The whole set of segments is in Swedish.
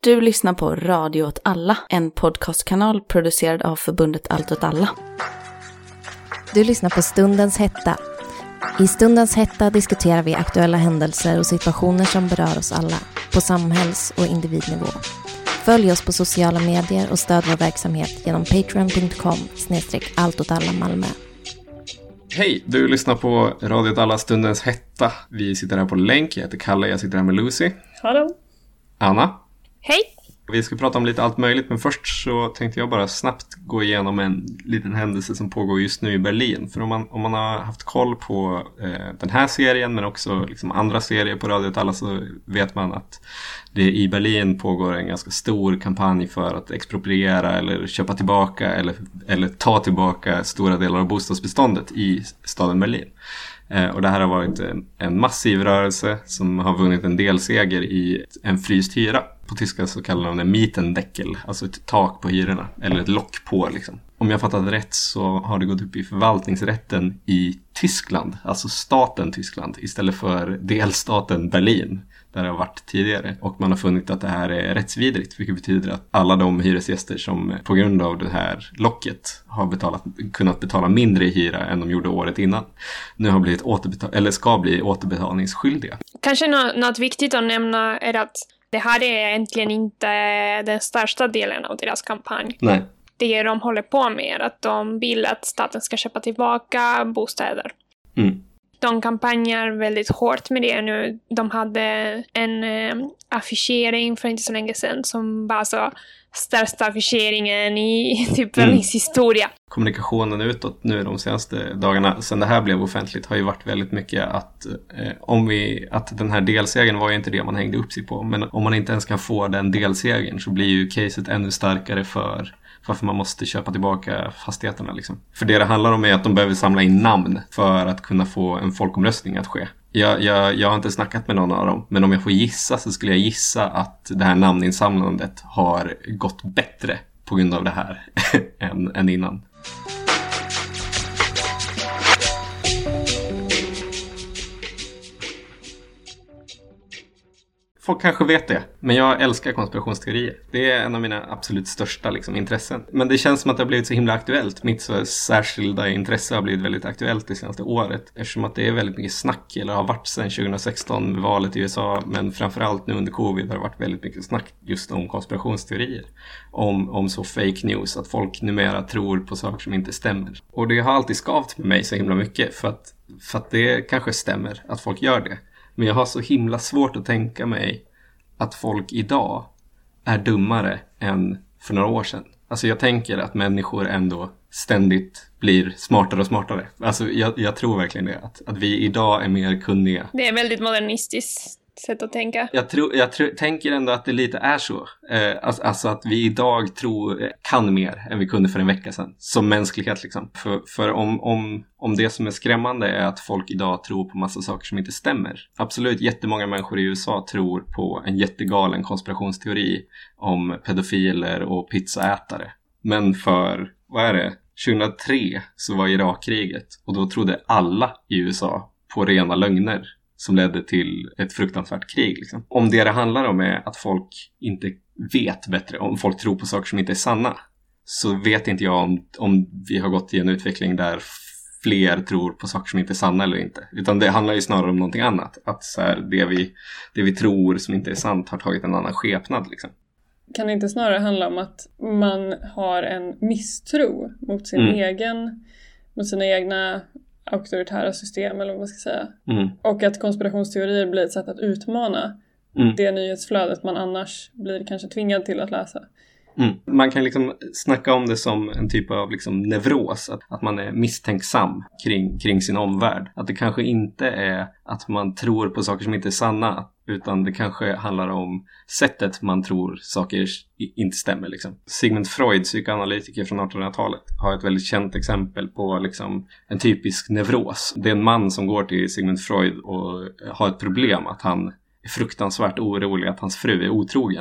Du lyssnar på Radio åt alla, en podcastkanal producerad av förbundet Allt åt alla. Du lyssnar på Stundens hetta. I Stundens hetta diskuterar vi aktuella händelser och situationer som berör oss alla på samhälls- och individnivå. Följ oss på sociala medier och stöd vår verksamhet genom patreon.com/alltåtallah-Malmö. Hej, du lyssnar på Radio åt alla, Stundens hetta. Vi sitter här på länk, jag heter Kalle, jag sitter här med Lucy. Hallå. Anna. Hej. Vi ska prata om lite allt möjligt, men först så tänkte jag bara snabbt gå igenom en liten händelse som pågår just nu i Berlin. För om man har haft koll på den här serien, men också liksom andra serier på Radio åt alla, så vet man att det i Berlin pågår en ganska stor kampanj för att expropriera eller köpa tillbaka eller ta tillbaka stora delar av bostadsbeståndet i staden Berlin. Och det här har varit en massiv rörelse som har vunnit en delseger i en fryst hyra. På tyska så kallar de det Mietendeckel, alltså ett tak på hyrorna, eller ett lock på liksom. Om jag fattat rätt så har det gått upp i förvaltningsrätten i Tyskland, alltså staten Tyskland, istället för delstaten Berlin, där det har varit tidigare. Och man har funnit att det här är rättsvidrigt, vilket betyder att alla de hyresgäster som på grund av det här locket har kunnat betala mindre i hyra än de gjorde året innan, nu har blivit ska bli återbetalningsskyldiga. Kanske något viktigt att nämna är att det här är egentligen inte den största delen av deras kampanj. Nej. Det de håller på med är att de vill att staten ska köpa tillbaka bostäder. Mm. De kampanjar väldigt hårt med det nu. De hade en affischering för inte så länge sedan som var så största affischeringen i typ Berlins historia. Kommunikationen utåt nu de senaste dagarna sen det här blev offentligt har ju varit väldigt mycket att att den här delsegern var ju inte det man hängde upp sig på, men om man inte ens kan få den delsegern så blir ju caset ännu starkare för varför man måste köpa tillbaka fastigheterna liksom. För det handlar om är att de behöver samla in namn för att kunna få en folkomröstning att ske. Jag har inte snackat med någon av dem, men om jag får gissa så skulle jag gissa att det här namninsamlandet har gått bättre på grund av det här än innan. Folk kanske vet det, men jag älskar konspirationsteorier. Det är en av mina absolut största intressen. Men det känns som att det har blivit så himla aktuellt. Mitt så särskilda intresse har blivit väldigt aktuellt det senaste året. Eftersom att det är väldigt mycket snack, eller har varit sedan 2016 med valet i USA. Men framförallt nu under covid har det varit väldigt mycket snack just om konspirationsteorier. Om så fake news, att folk numera tror på saker som inte stämmer. Och det har alltid skavt med mig så himla mycket för att det kanske stämmer att folk gör det. Men jag har så himla svårt att tänka mig att folk idag är dummare än för några år sedan. Alltså jag tänker att människor ändå ständigt blir smartare och smartare. Alltså jag tror verkligen det. Att vi idag är mer kunniga. Det är väldigt modernistiskt sätt att tänka. Jag tänker ändå att det lite är så. Alltså att vi idag kan mer än vi kunde för en vecka sedan. Som mänsklighet liksom. För om det som är skrämmande är att folk idag tror på massa saker som inte stämmer. Absolut, jättemånga människor i USA tror på en jättegalen konspirationsteori om pedofiler och pizzaätare. Men för, 2003 så var Irakkriget. Och då trodde alla i USA på rena lögner som ledde till ett fruktansvärt krig liksom. Om det handlar om är att folk inte vet bättre, om folk tror på saker som inte är sanna, så vet inte jag om vi har gått i en utveckling där fler tror på saker som inte är sanna eller inte. Utan det handlar ju snarare om någonting annat. Att så här, det vi tror som inte är sant har tagit en annan skepnad liksom. Kan det inte snarare handla om att man har en misstro mot mot sina egna auktoritära system, eller vad man ska säga. Och att konspirationsteorier blir ett sätt att utmana det nyhetsflödet man annars blir kanske tvingad till att läsa. Man kan snacka om det som en typ av neuros, att man är misstänksam kring sin omvärld. Att det kanske inte är att man tror på saker som inte är sanna, utan det kanske handlar om sättet man tror saker inte stämmer liksom. Sigmund Freud, psykoanalytiker från 1800-talet, har ett väldigt känt exempel på en typisk neuros. Det är en man som går till Sigmund Freud och har ett problem att han är fruktansvärt orolig att hans fru är otrogen.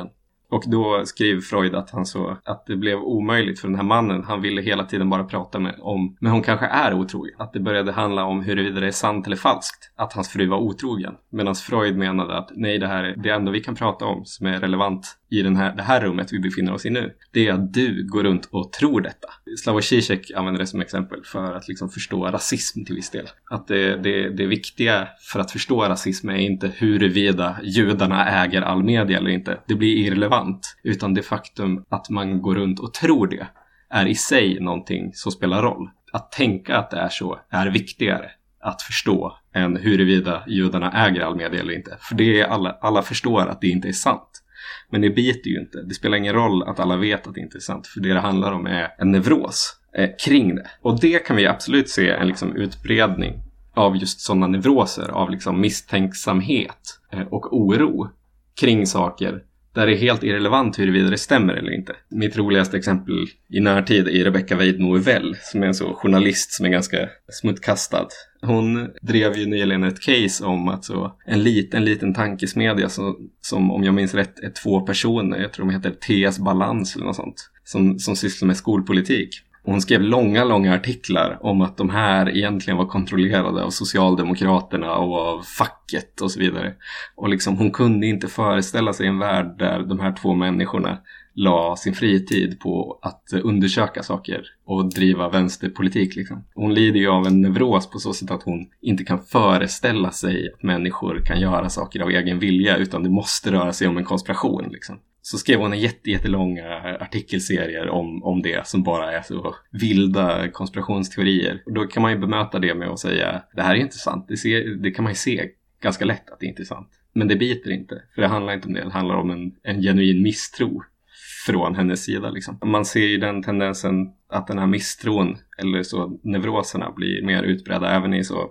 Och då skriver Freud att han så att det blev omöjligt för den här mannen. Han ville hela tiden bara prata om, men hon kanske är otrogen. Att det började handla om huruvida det är sant eller falskt att hans fru var otrogen. Medan Freud menade att nej, det här är det enda vi kan prata om som är relevant i det här rummet vi befinner oss i nu. Det är att du går runt och tror detta. Slavoj Žižek använder det som exempel för att liksom förstå rasism till viss del. Att det viktiga för att förstå rasism är inte huruvida judarna äger all media eller inte. Det blir irrelevant. Utan det faktum att man går runt och tror det är i sig någonting som spelar roll. Att tänka att det är så är viktigare att förstå än huruvida judarna äger all media eller inte. För det är alla förstår att det inte är sant. Men det biter ju inte. Det spelar ingen roll att alla vet att det inte är sant. För det handlar om är en nevros kring det. Och det kan vi absolut se en liksom utbredning av just sådana nevroser. Av liksom misstänksamhet och oro kring saker där det är helt irrelevant huruvida det stämmer eller inte. Mitt roligaste exempel i närtid är Rebecca Weidmo-Uvell, som är en så journalist som är ganska smuttkastad. Hon drev ju nyligen ett case om att så en liten tankesmedja som om jag minns rätt är 2 personer, jag tror de heter TS Balans eller något sånt, som sysslar med skolpolitik. Och hon skrev långa artiklar om att de här egentligen var kontrollerade av Socialdemokraterna och av facket och så vidare. Och liksom hon kunde inte föreställa sig en värld där de här 2 människorna la sin fritid på att undersöka saker och driva vänsterpolitik. Liksom. Hon lider ju av en nevros på så sätt att hon inte kan föreställa sig att människor kan göra saker av egen vilja, utan det måste röra sig om en konspiration. Liksom. Så skrev hon en jättelånga artikelserier om det som bara är så vilda konspirationsteorier. Och då kan man ju bemöta det med att säga det här är inte sant. Det kan man ju se ganska lätt att det inte är sant. Men det biter inte, för det handlar inte om det. Det handlar om en genuin misstro från hennes sida. Liksom. Man ser ju den tendensen att den här misstron eller så nevroserna blir mer utbredda även i så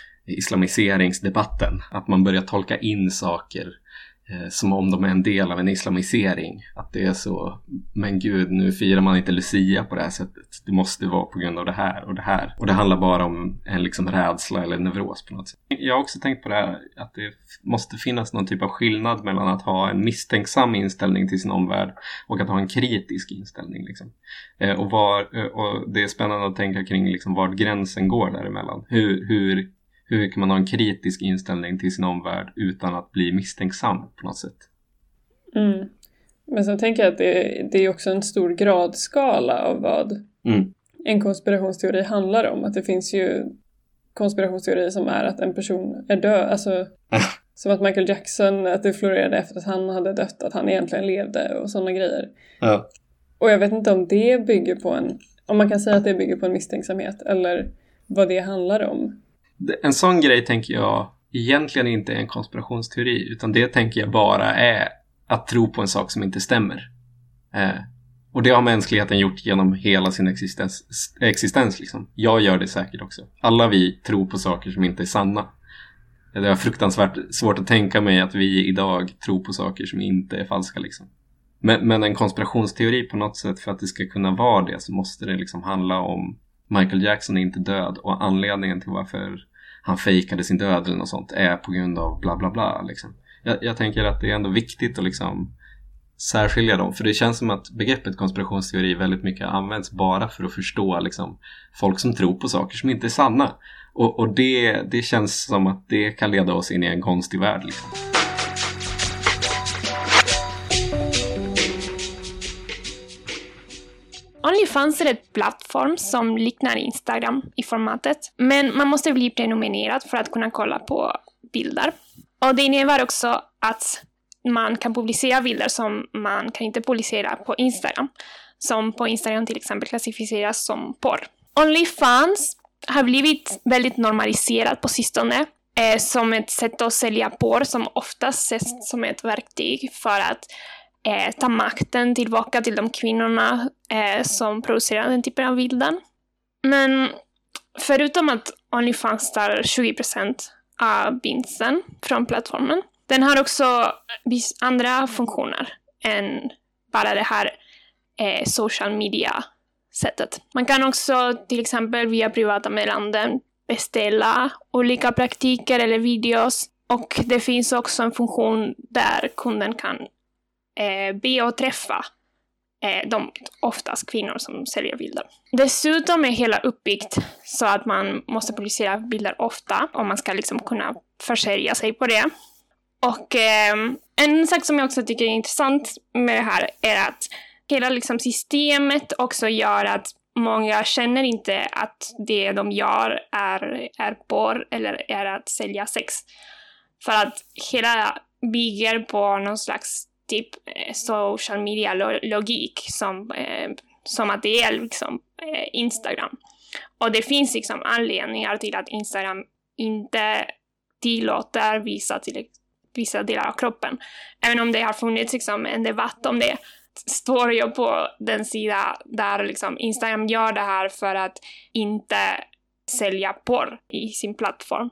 islamiseringsdebatten. Att man börjar tolka in saker som om de är en del av en islamisering. Att det är så, men gud, nu firar man inte Lucia på det här sättet. Det måste vara på grund av det här och det här. Och det handlar bara om en liksom rädsla eller nevros på något sätt. Jag har också tänkt på det här, att det måste finnas någon typ av skillnad mellan att ha en misstänksam inställning till sin omvärld och att ha en kritisk inställning. Liksom. Och det är spännande att tänka kring liksom var gränsen går däremellan. Hur kan man ha en kritisk inställning till sin omvärld utan att bli misstänksam på något sätt? Mm. Men sen tänker jag att det är också en stor gradskala av vad en konspirationsteori handlar om. Att det finns ju konspirationsteorier som är att en person är död. Alltså, som att Michael Jackson, att det florerade efter att han hade dött, att han egentligen levde och sådana grejer. Ja. Och jag vet inte om det bygger på om man kan säga att det bygger på en misstänksamhet eller vad det handlar om. En sån grej tänker jag egentligen inte är en konspirationsteori, utan det tänker jag bara är att tro på en sak som inte stämmer. Och det har mänskligheten gjort genom hela sin existens liksom. Jag gör det säkert också. Alla vi tror på saker som inte är sanna. Det är fruktansvärt svårt att tänka mig att vi idag tror på saker som inte är falska liksom. Men en konspirationsteori på något sätt, för att det ska kunna vara det, så måste det liksom handla om Michael Jackson är inte död och anledningen till varför han fejkade sin död eller något sånt är på grund av bla bla bla liksom. Jag tänker att det är ändå viktigt att liksom särskilja dem, för det känns som att begreppet konspirationsteori väldigt mycket används bara för att förstå liksom folk som tror på saker som inte är sanna, och det känns som att det kan leda oss in i en konstig värld liksom. OnlyFans är ett plattform som liknar Instagram i formatet. Men man måste bli prenumererad för att kunna kolla på bilder. Och det innebär också att man kan publicera bilder som man kan inte publicera på Instagram. Som på Instagram till exempel klassificeras som porr. OnlyFans har blivit väldigt normaliserat på sistone. Som ett sätt att sälja porr som oftast ses som ett verktyg för att ta makten tillbaka till de kvinnorna som producerar den typen av bilden. Men förutom att OnlyFans tar 20% av vinsten från plattformen, den har också andra funktioner än bara det här social media-sättet. Man kan också till exempel via privata meddelanden beställa olika praktiker eller videos, och det finns också en funktion där kunden kan be och träffa de oftast kvinnor som säljer bilder. Dessutom är hela uppbyggt så att man måste publicera bilder ofta om man ska liksom kunna försörja sig på det. Och en sak som jag också tycker är intressant med det här är att hela liksom systemet också gör att många känner inte att det de gör är porr eller är att sälja sex. För att hela bygger på någon slags typ social media logik som att det är liksom Instagram. Och det finns liksom anledningar till att Instagram inte tillåter vissa delar av kroppen. Även om det har funnits liksom en debatt om det, står jag på den sida där liksom Instagram gör det här för att inte sälja porr i sin plattform.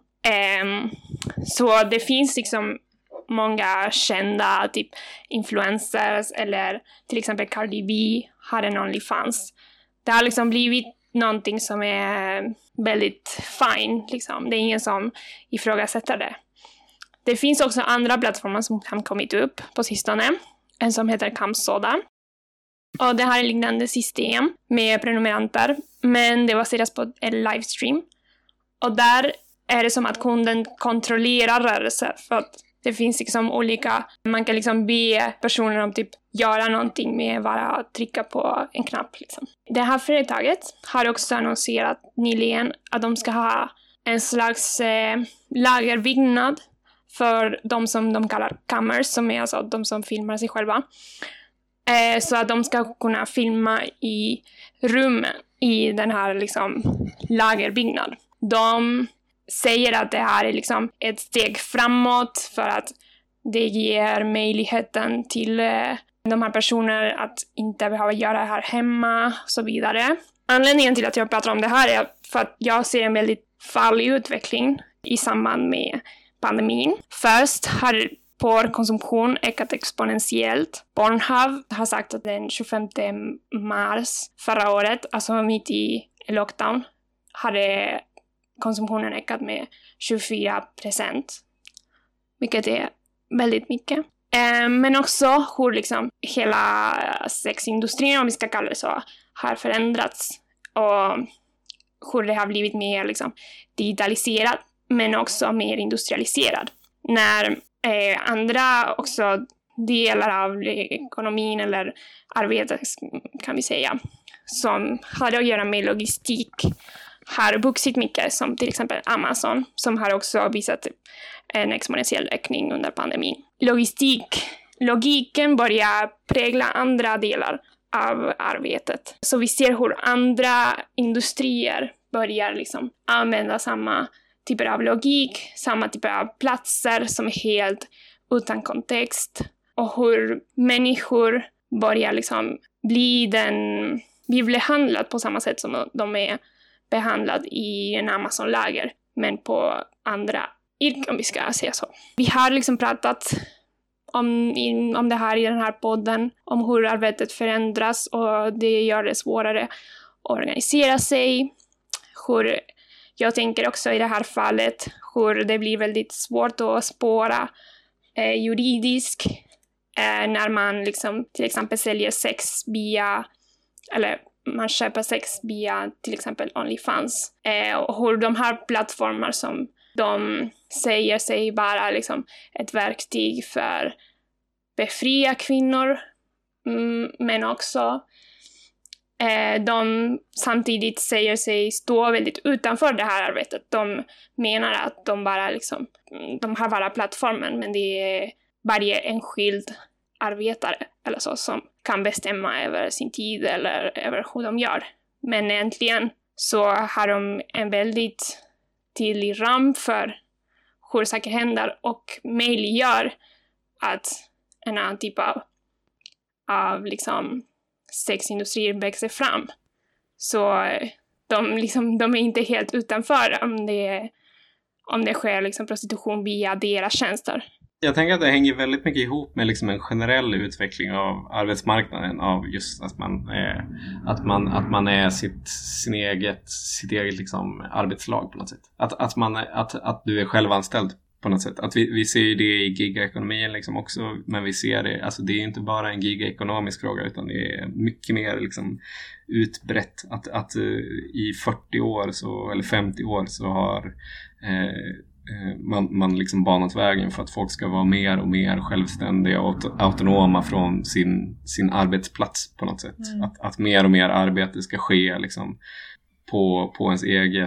Så det finns liksom många kända typ influencers, eller till exempel Cardi B har en OnlyFans. Det har liksom blivit någonting som är väldigt fine liksom. Det är ingen som ifrågasätter det. Det finns också andra plattformar som har kommit upp på sistone. En som heter Camsoda. Och det här är liknande system med prenumeranter, men det baseras på en livestream. Och där är det som att kunden kontrollerar rörelser, för att det finns liksom olika, man kan liksom be personer om typ göra någonting med bara trycka på en knapp liksom. Det här företaget har också annonserat nyligen att de ska ha en slags lagerbyggnad för de som de kallar cammers, som är alltså de som filmar sig själva. Så att de ska kunna filma i rummen i den här liksom lagerbyggnad. De säger att det här är liksom ett steg framåt för att det ger möjligheten till de här personerna att inte behöva göra det här hemma och så vidare. Anledningen till att jag pratar om det här är för att jag ser en väldigt farlig utveckling i samband med pandemin. Först har porrkonsumtion ökat exponentiellt. Pornhub har sagt att den 25 mars förra året, alltså mitt i lockdown, hade konsumtionen ökat med 24%. Vilket är väldigt mycket. Men också hur liksom hela sexindustrin, om vi ska kalla det så, har förändrats. Och hur det har blivit mer liksom digitaliserat, men också mer industrialiserad. När andra också delar av ekonomin eller arbetet, kan vi säga, som har att göra med logistik, har vuxit mycket, som till exempel Amazon, som har också visat en exponentiell ökning under pandemin. Logiken börjar prägla andra delar av arbetet. Så vi ser hur andra industrier börjar liksom använda samma typer av logik, samma typer av platser som är helt utan kontext, och hur människor börjar liksom bli behandlade på samma sätt som de är behandlade i en Amazon-lager, men på andra yrken, om vi ska säga så. Vi har liksom pratat om det här i den här podden, om hur arbetet förändras och det gör det svårare att organisera sig. Hur jag tänker också i det här fallet hur det blir väldigt svårt att spåra juridiskt när man liksom till exempel säljer sex via, eller man köper sex via till exempel OnlyFans. Och hur de här plattformar som de säger sig vara liksom ett verktyg för befria kvinnor, men också de samtidigt säger sig stå väldigt utanför det här arbetet. De menar att de bara liksom, de har bara plattformen, men det är varje enskild arbetare eller så som kan bestämma över sin tid eller över hur de gör. Men egentligen så har de en väldigt tydlig ram för hur saker händer och möjliggör att en annan typ av liksom sexindustrier växer fram. Så de är inte helt utanför om det sker liksom prostitution via deras tjänster. Jag tänker att det hänger väldigt mycket ihop med liksom en generell utveckling av arbetsmarknaden, av just att man är sitt eget liksom arbetslag på något sätt. Att du är självanställd på något sätt. Att vi ser ju det i gigekonomin liksom också, men vi ser det, alltså det är inte bara en gigekonomisk fråga, utan det är mycket mer liksom utbrett att i 40 år så, eller 50 år så har man liksom banat vägen för att folk ska vara mer och mer självständiga och autonoma från sin arbetsplats på något sätt. Att mer och mer arbete ska ske liksom på ens eget,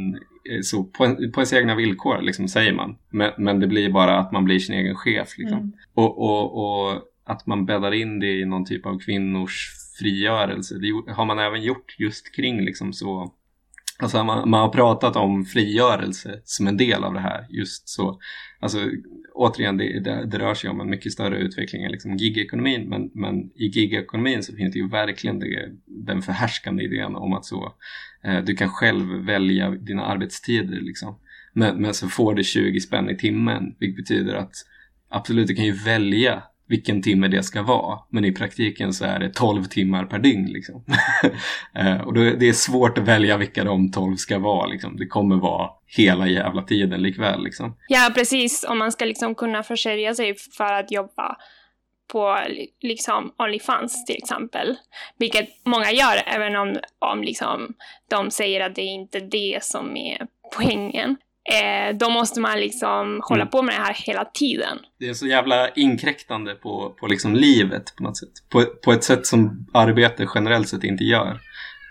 så på ens egna villkor liksom, säger man. Men det blir bara att man blir sin egen chef liksom. Och att man bäddar in det i någon typ av kvinnors frigörelse. Det har man även gjort just kring liksom så. Alltså man har pratat om frigörelse som en del av det här, just så. Alltså återigen, det rör sig om en mycket större utveckling än liksom gigekonomin, men i gigekonomin så finns det ju verkligen den förhärskande idén om att så du kan själv välja dina arbetstider liksom. Men så får du 20 spänn i timmen, vilket betyder att absolut, du kan ju välja vilken timme det ska vara, men i praktiken så är det 12 timmar per dygn liksom. Och då, det är svårt att välja vilka de 12 ska vara liksom. Det kommer vara hela jävla tiden likväl liksom. Ja, precis. Om man ska liksom kunna försörja sig för att jobba på liksom OnlyFans till exempel, vilket många gör, även om liksom de säger att det är inte det som är poängen. Då måste man liksom hålla på med det här hela tiden. Det är så jävla inkräktande på liksom livet på något sätt. På ett sätt som arbete generellt sett inte gör.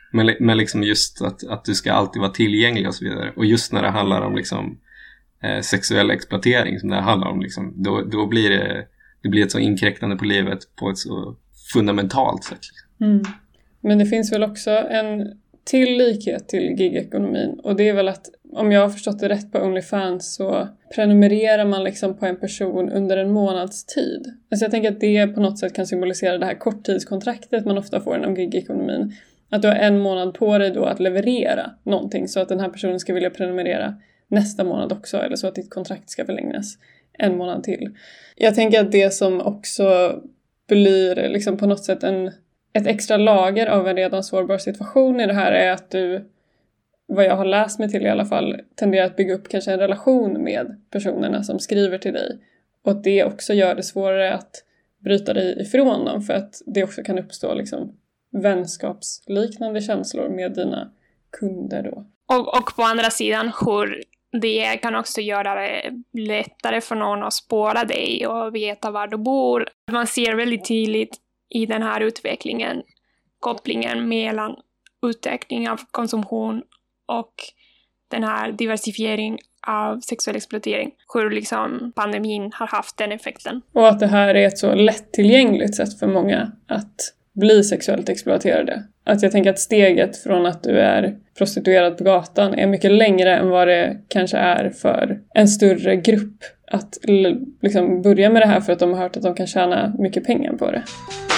Men liksom just att du ska alltid vara tillgänglig och så vidare. Och just när det handlar om liksom sexuell exploatering som det handlar om liksom, då blir det blir ett så inkräktande på livet på ett så fundamentalt sätt. Liksom. Men det finns väl också en till likhet till gigekonomin, och det är väl att om jag har förstått det rätt på OnlyFans så prenumererar man liksom på en person under en månads tid. Alltså jag tänker att det på något sätt kan symbolisera det här korttidskontraktet man ofta får inom gigekonomin. Att du har en månad på dig då att leverera någonting så att den här personen ska vilja prenumerera nästa månad också, eller så att ditt kontrakt ska förlängas en månad till. Jag tänker att det som också blir liksom på något sätt ett extra lager av en redan sårbar situation i det här är att du, vad jag har läst mig till i alla fall, tenderar att bygga upp kanske en relation med personerna som skriver till dig. Och att det också gör det svårare att bryta dig ifrån dem, för att det också kan uppstå liksom vänskapsliknande känslor med dina kunder då. Och på andra sidan hur det kan också göra det lättare för någon att spåra dig och veta var du bor. Man ser väldigt tydligt i den här utvecklingen kopplingen mellan utveckling av konsumtion och den här diversifiering av sexuell exploatering. Hur liksom pandemin har haft den effekten. Och att det här är ett så lättillgängligt sätt för många att bli sexuellt exploaterade. Att jag tänker att steget från att du är prostituerad på gatan är mycket längre än vad det kanske är för en större grupp att liksom börja med det här för att de har hört att de kan tjäna mycket pengar på det.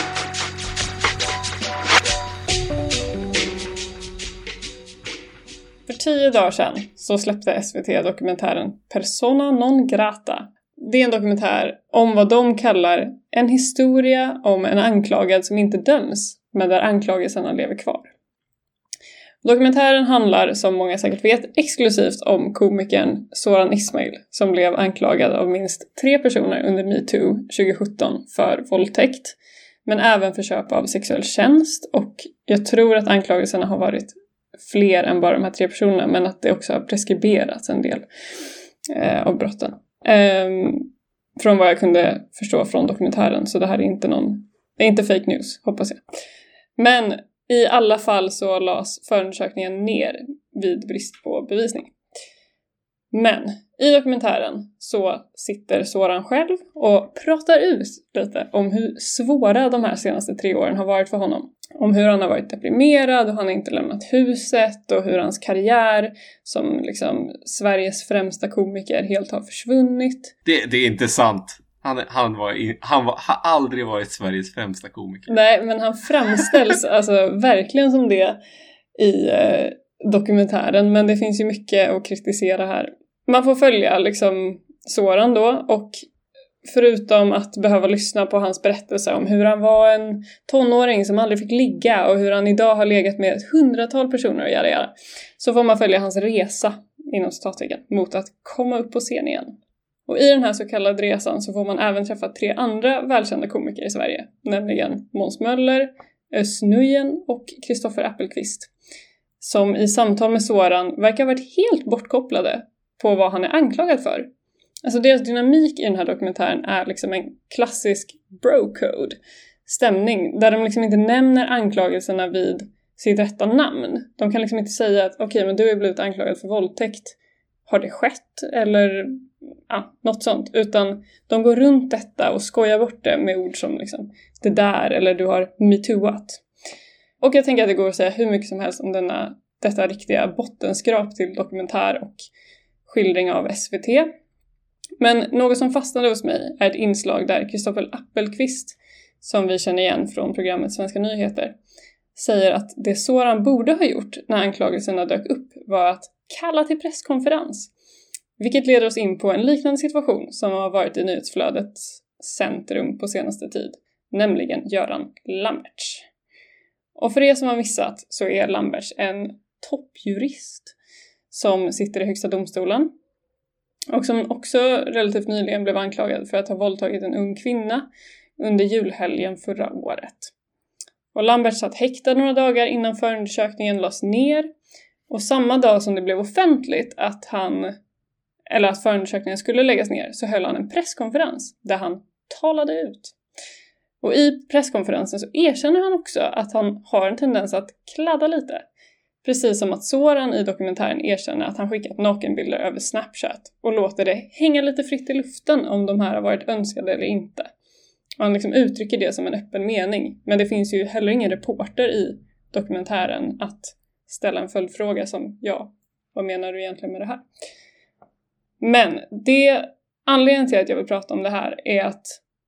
För 10 dagar sedan så släppte SVT dokumentären Persona non grata. Det är en dokumentär om vad de kallar en historia om en anklagad som inte döms, men där anklagelserna lever kvar. Dokumentären handlar, som många säkert vet, exklusivt om komikern Soran Ismail som blev anklagad av minst 3 personer under MeToo 2017 för våldtäkt, men även för köp av sexuell tjänst, och jag tror att anklagelserna har varit fler än bara de här 3 personerna, men att det också har preskriberats en del av brotten. Från vad jag kunde förstå från dokumentären, så det här är inte fake news, hoppas jag. Men i alla fall så lades förundersökningen ner vid brist på bevisning. Men i dokumentären så sitter Soran själv och pratar ut lite om hur svåra de här senaste 3 åren har varit för honom. Om hur han har varit deprimerad och han har inte lämnat huset, och hur hans karriär som liksom Sveriges främsta komiker helt har försvunnit. Det är inte sant. Han har aldrig varit Sveriges främsta komiker. Nej, men han framställs alltså verkligen som det i dokumentären. Men det finns ju mycket att kritisera här. Man får följa liksom Soran då, och förutom att behöva lyssna på hans berättelse om hur han var en tonåring som aldrig fick ligga och hur han idag har legat med ett 100-tal personer och göra, så får man följa hans resa inom citattecken mot att komma upp på scen igen. Och i den här så kallade resan så får man även träffa 3 andra välkända komiker i Sverige. Nämligen Måns Möller, Özz Nujen och Kristoffer Appelqvist. Som i samtal med Soran verkar ha varit helt bortkopplade på vad han är anklagad för. Alltså deras dynamik i den här dokumentären är liksom en klassisk bro-code stämning. Där de liksom inte nämner anklagelserna vid sitt rätta namn. De kan liksom inte säga att okej, men du är blivit anklagad för våldtäkt. Har det skett? Eller något sånt. Utan de går runt detta och skojar bort det med ord som liksom det där eller du har metooat. Och jag tänker att det går att säga hur mycket som helst om detta riktiga bottenskrap till dokumentär och skildring av SVT. Men något som fastnade hos mig är ett inslag där Kristoffer Appelqvist, som vi känner igen från programmet Svenska Nyheter, säger att det Soran borde ha gjort när anklagelserna dök upp var att kalla till presskonferens. Vilket leder oss in på en liknande situation som har varit i nyhetsflödets centrum på senaste tid, nämligen Göran Lambertz. Och för er som har missat så är Lambertz en toppjurist som sitter i Högsta domstolen och som också relativt nyligen blev anklagad för att ha våldtagit en ung kvinna under julhelgen förra året. Och Lambertz satt häktad några dagar innan förundersökningen lades ner. Och samma dag som det blev offentligt att förundersökningen skulle läggas ner så höll han en presskonferens där han talade ut. Och i presskonferensen så erkänner han också att han har en tendens att kladda lite. Precis som att Soran i dokumentären erkänner att han skickat nakenbilder över Snapchat och låter det hänga lite fritt i luften om de här har varit önskade eller inte. Och han liksom uttrycker det som en öppen mening. Men det finns ju heller ingen reporter i dokumentären att ställa en följdfråga som vad menar du egentligen med det här? Men anledningen till att jag vill prata om det här är att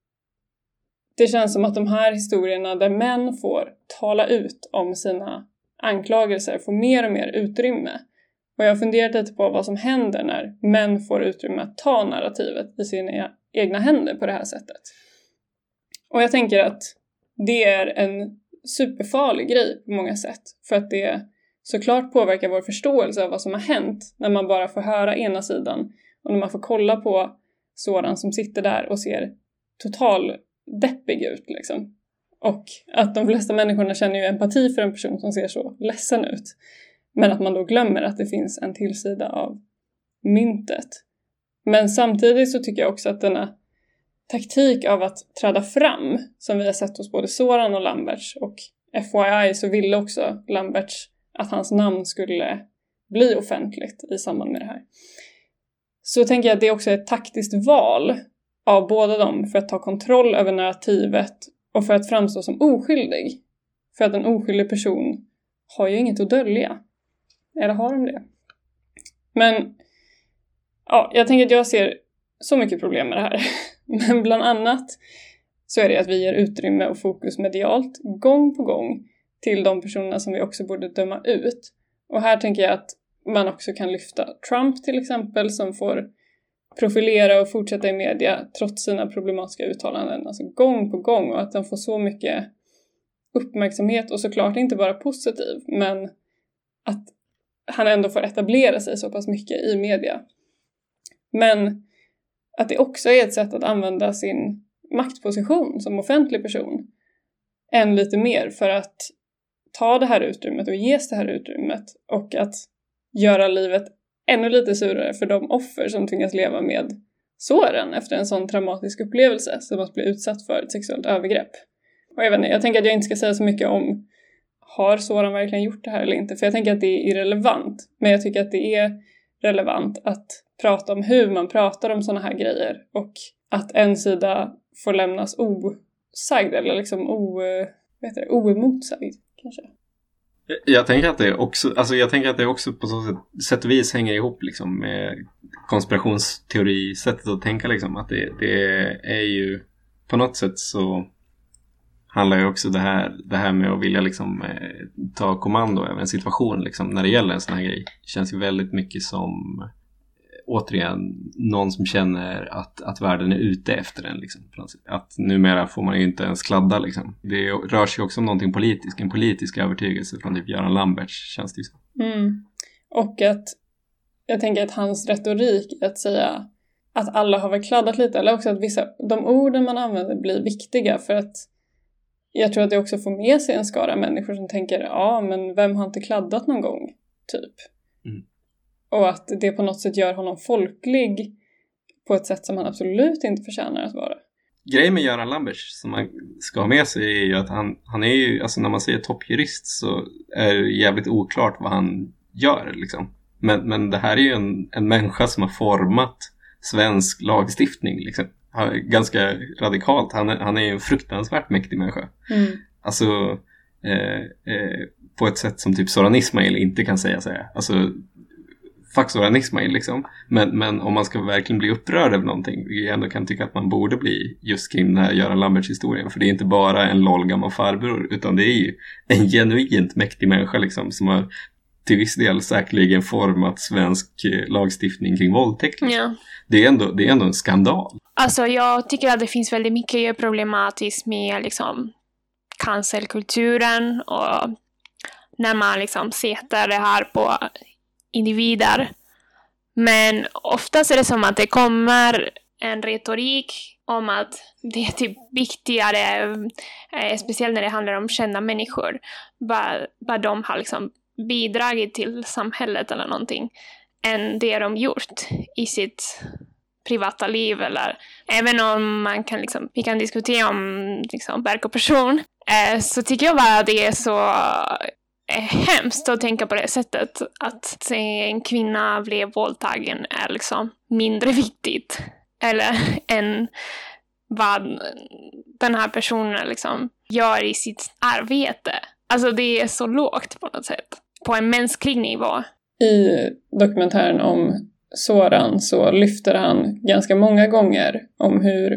det känns som att de här historierna där män får tala ut om sina anklagelser får mer och mer utrymme. Och jag har funderat lite på vad som händer när män får utrymme att ta narrativet i sina egna händer på det här sättet. Och jag tänker att det är en superfarlig grej på många sätt. För att det såklart påverkar vår förståelse av vad som har hänt när man bara får höra ena sidan. Och när man får kolla på Soran som sitter där och ser total deppig ut liksom. Och att de flesta människorna känner ju empati för en person som ser så ledsen ut. Men att man då glömmer att det finns en tillsida av myntet. Men samtidigt så tycker jag också att denna taktik av att träda fram, som vi har sett hos både Soran och Lambertz, och FYI så ville också Lambertz att hans namn skulle bli offentligt i samband med det här. Så tänker jag att det också är ett taktiskt val av båda dem för att ta kontroll över narrativet och för att framstå som oskyldig. För att en oskyldig person har ju inget att dölja. Eller har de det? Men jag tänker att jag ser så mycket problem med det här. Men bland annat så är det att vi ger utrymme och fokus medialt gång på gång till de personerna som vi också borde döma ut. Och här tänker jag att man också kan lyfta Trump till exempel, som får profilera och fortsätta i media trots sina problematiska uttalanden, alltså gång på gång, och att han får så mycket uppmärksamhet och såklart inte bara positiv, men att han ändå får etablera sig så pass mycket i media. Men att det också är ett sätt att använda sin maktposition som offentlig person än lite mer för att ta det här utrymmet och ges det här utrymmet och att göra livet ännu lite surare för de offer som tvingas leva med såren efter en sån traumatisk upplevelse som att bli utsatt för ett sexuellt övergrepp. Och jag tänker att jag inte ska säga så mycket om har Soran verkligen gjort det här eller inte, för jag tänker att det är irrelevant. Men jag tycker att det är relevant att prata om hur man pratar om såna här grejer och att en sida får lämnas osagd eller liksom oemotsagd kanske. Jag tänker att det också på så sätt och vis hänger ihop liksom med konspirationsteori-sättet att tänka liksom, att det är ju på något sätt så handlar ju också det här med att vilja liksom ta kommando över en situation liksom, när det gäller en sån här grej. Det känns ju väldigt mycket som återigen någon som känner att världen är ute efter den liksom. Att numera får man ju inte ens kladda liksom. Det rör sig också om någonting politiskt, en politisk övertygelse från typ Göran Lambertz, känns det ju så. Och att jag tänker att hans retorik att säga att alla har väl kladdat lite, eller också att de orden man använder blir viktiga, för att jag tror att det också får med sig en skara människor som tänker, ja men vem har inte kladdat någon gång, typ. Och att det på något sätt gör honom folklig på ett sätt som han absolut inte förtjänar att vara. Grejen med Göran Lambertz som man ska ha med sig är ju att han är ju, alltså när man säger toppjurist så är det jävligt oklart vad han gör liksom. Men det här är ju en människa som har format svensk lagstiftning liksom. Ganska radikalt. Han är en fruktansvärt mäktig människa. Alltså på ett sätt som typ Soran Ismail inte kan säga. Alltså fuck Soran Ismail liksom. Men om man ska verkligen bli upprörd över någonting, jag ändå kan tycka att man borde bli just kring den här Göran Lambertz historien. För det är inte bara en lolgammal farbror, utan det är ju en genuint mäktig människa liksom, som har till viss del säkerligen format svensk lagstiftning kring våldtäkt. Liksom. Ja. Det är ändå en skandal. Alltså jag tycker att det finns väldigt mycket problematiskt med liksom cancelkulturen och när man liksom sätter det här på individer. Men oftast är det som att det kommer en retorik om att det är typ viktigare, speciellt när det handlar om kända människor, vad de har liksom bidragit till samhället eller någonting, än det de gjort i sitt privata liv. Eller även om man kan liksom, vi kan diskutera om liksom verk och person, så tycker jag bara att det är så hemskt att tänka på det sättet, att en kvinna blev våldtagen är liksom mindre viktigt eller än vad den här personen liksom gör i sitt arbete. Alltså det är så lågt på något sätt, på en mänsklig nivå. I dokumentären om Soran så lyfter han ganska många gånger om hur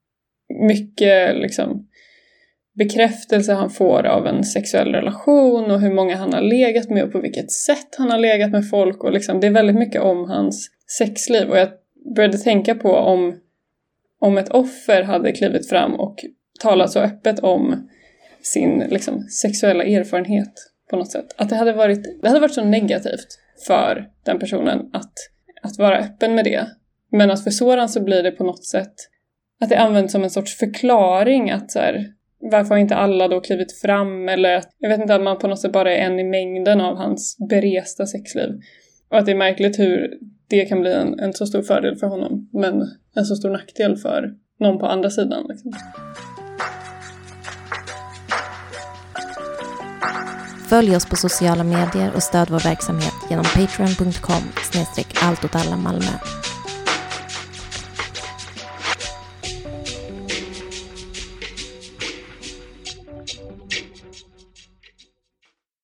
mycket liksom bekräftelse han får av en sexuell relation och hur många han har legat med och på vilket sätt han har legat med folk, och liksom, det är väldigt mycket om hans sexliv. Och jag började tänka på om ett offer hade klivit fram och talat så öppet om sin liksom sexuella erfarenhet på något sätt, att det hade varit så negativt för den personen att vara öppen med det. Men att för Soran så blir det på något sätt att det används som en sorts förklaring, att så här, varför har inte alla då klivit fram, eller jag vet inte, att man på något sätt bara är en i mängden av hans beresta sexliv. Och att det är märkligt hur det kan bli en så stor fördel för honom, men en så stor nackdel för någon på andra sidan liksom. Följ oss på sociala medier och stöd vår verksamhet genom patreon.com/alltåtallah Malmö.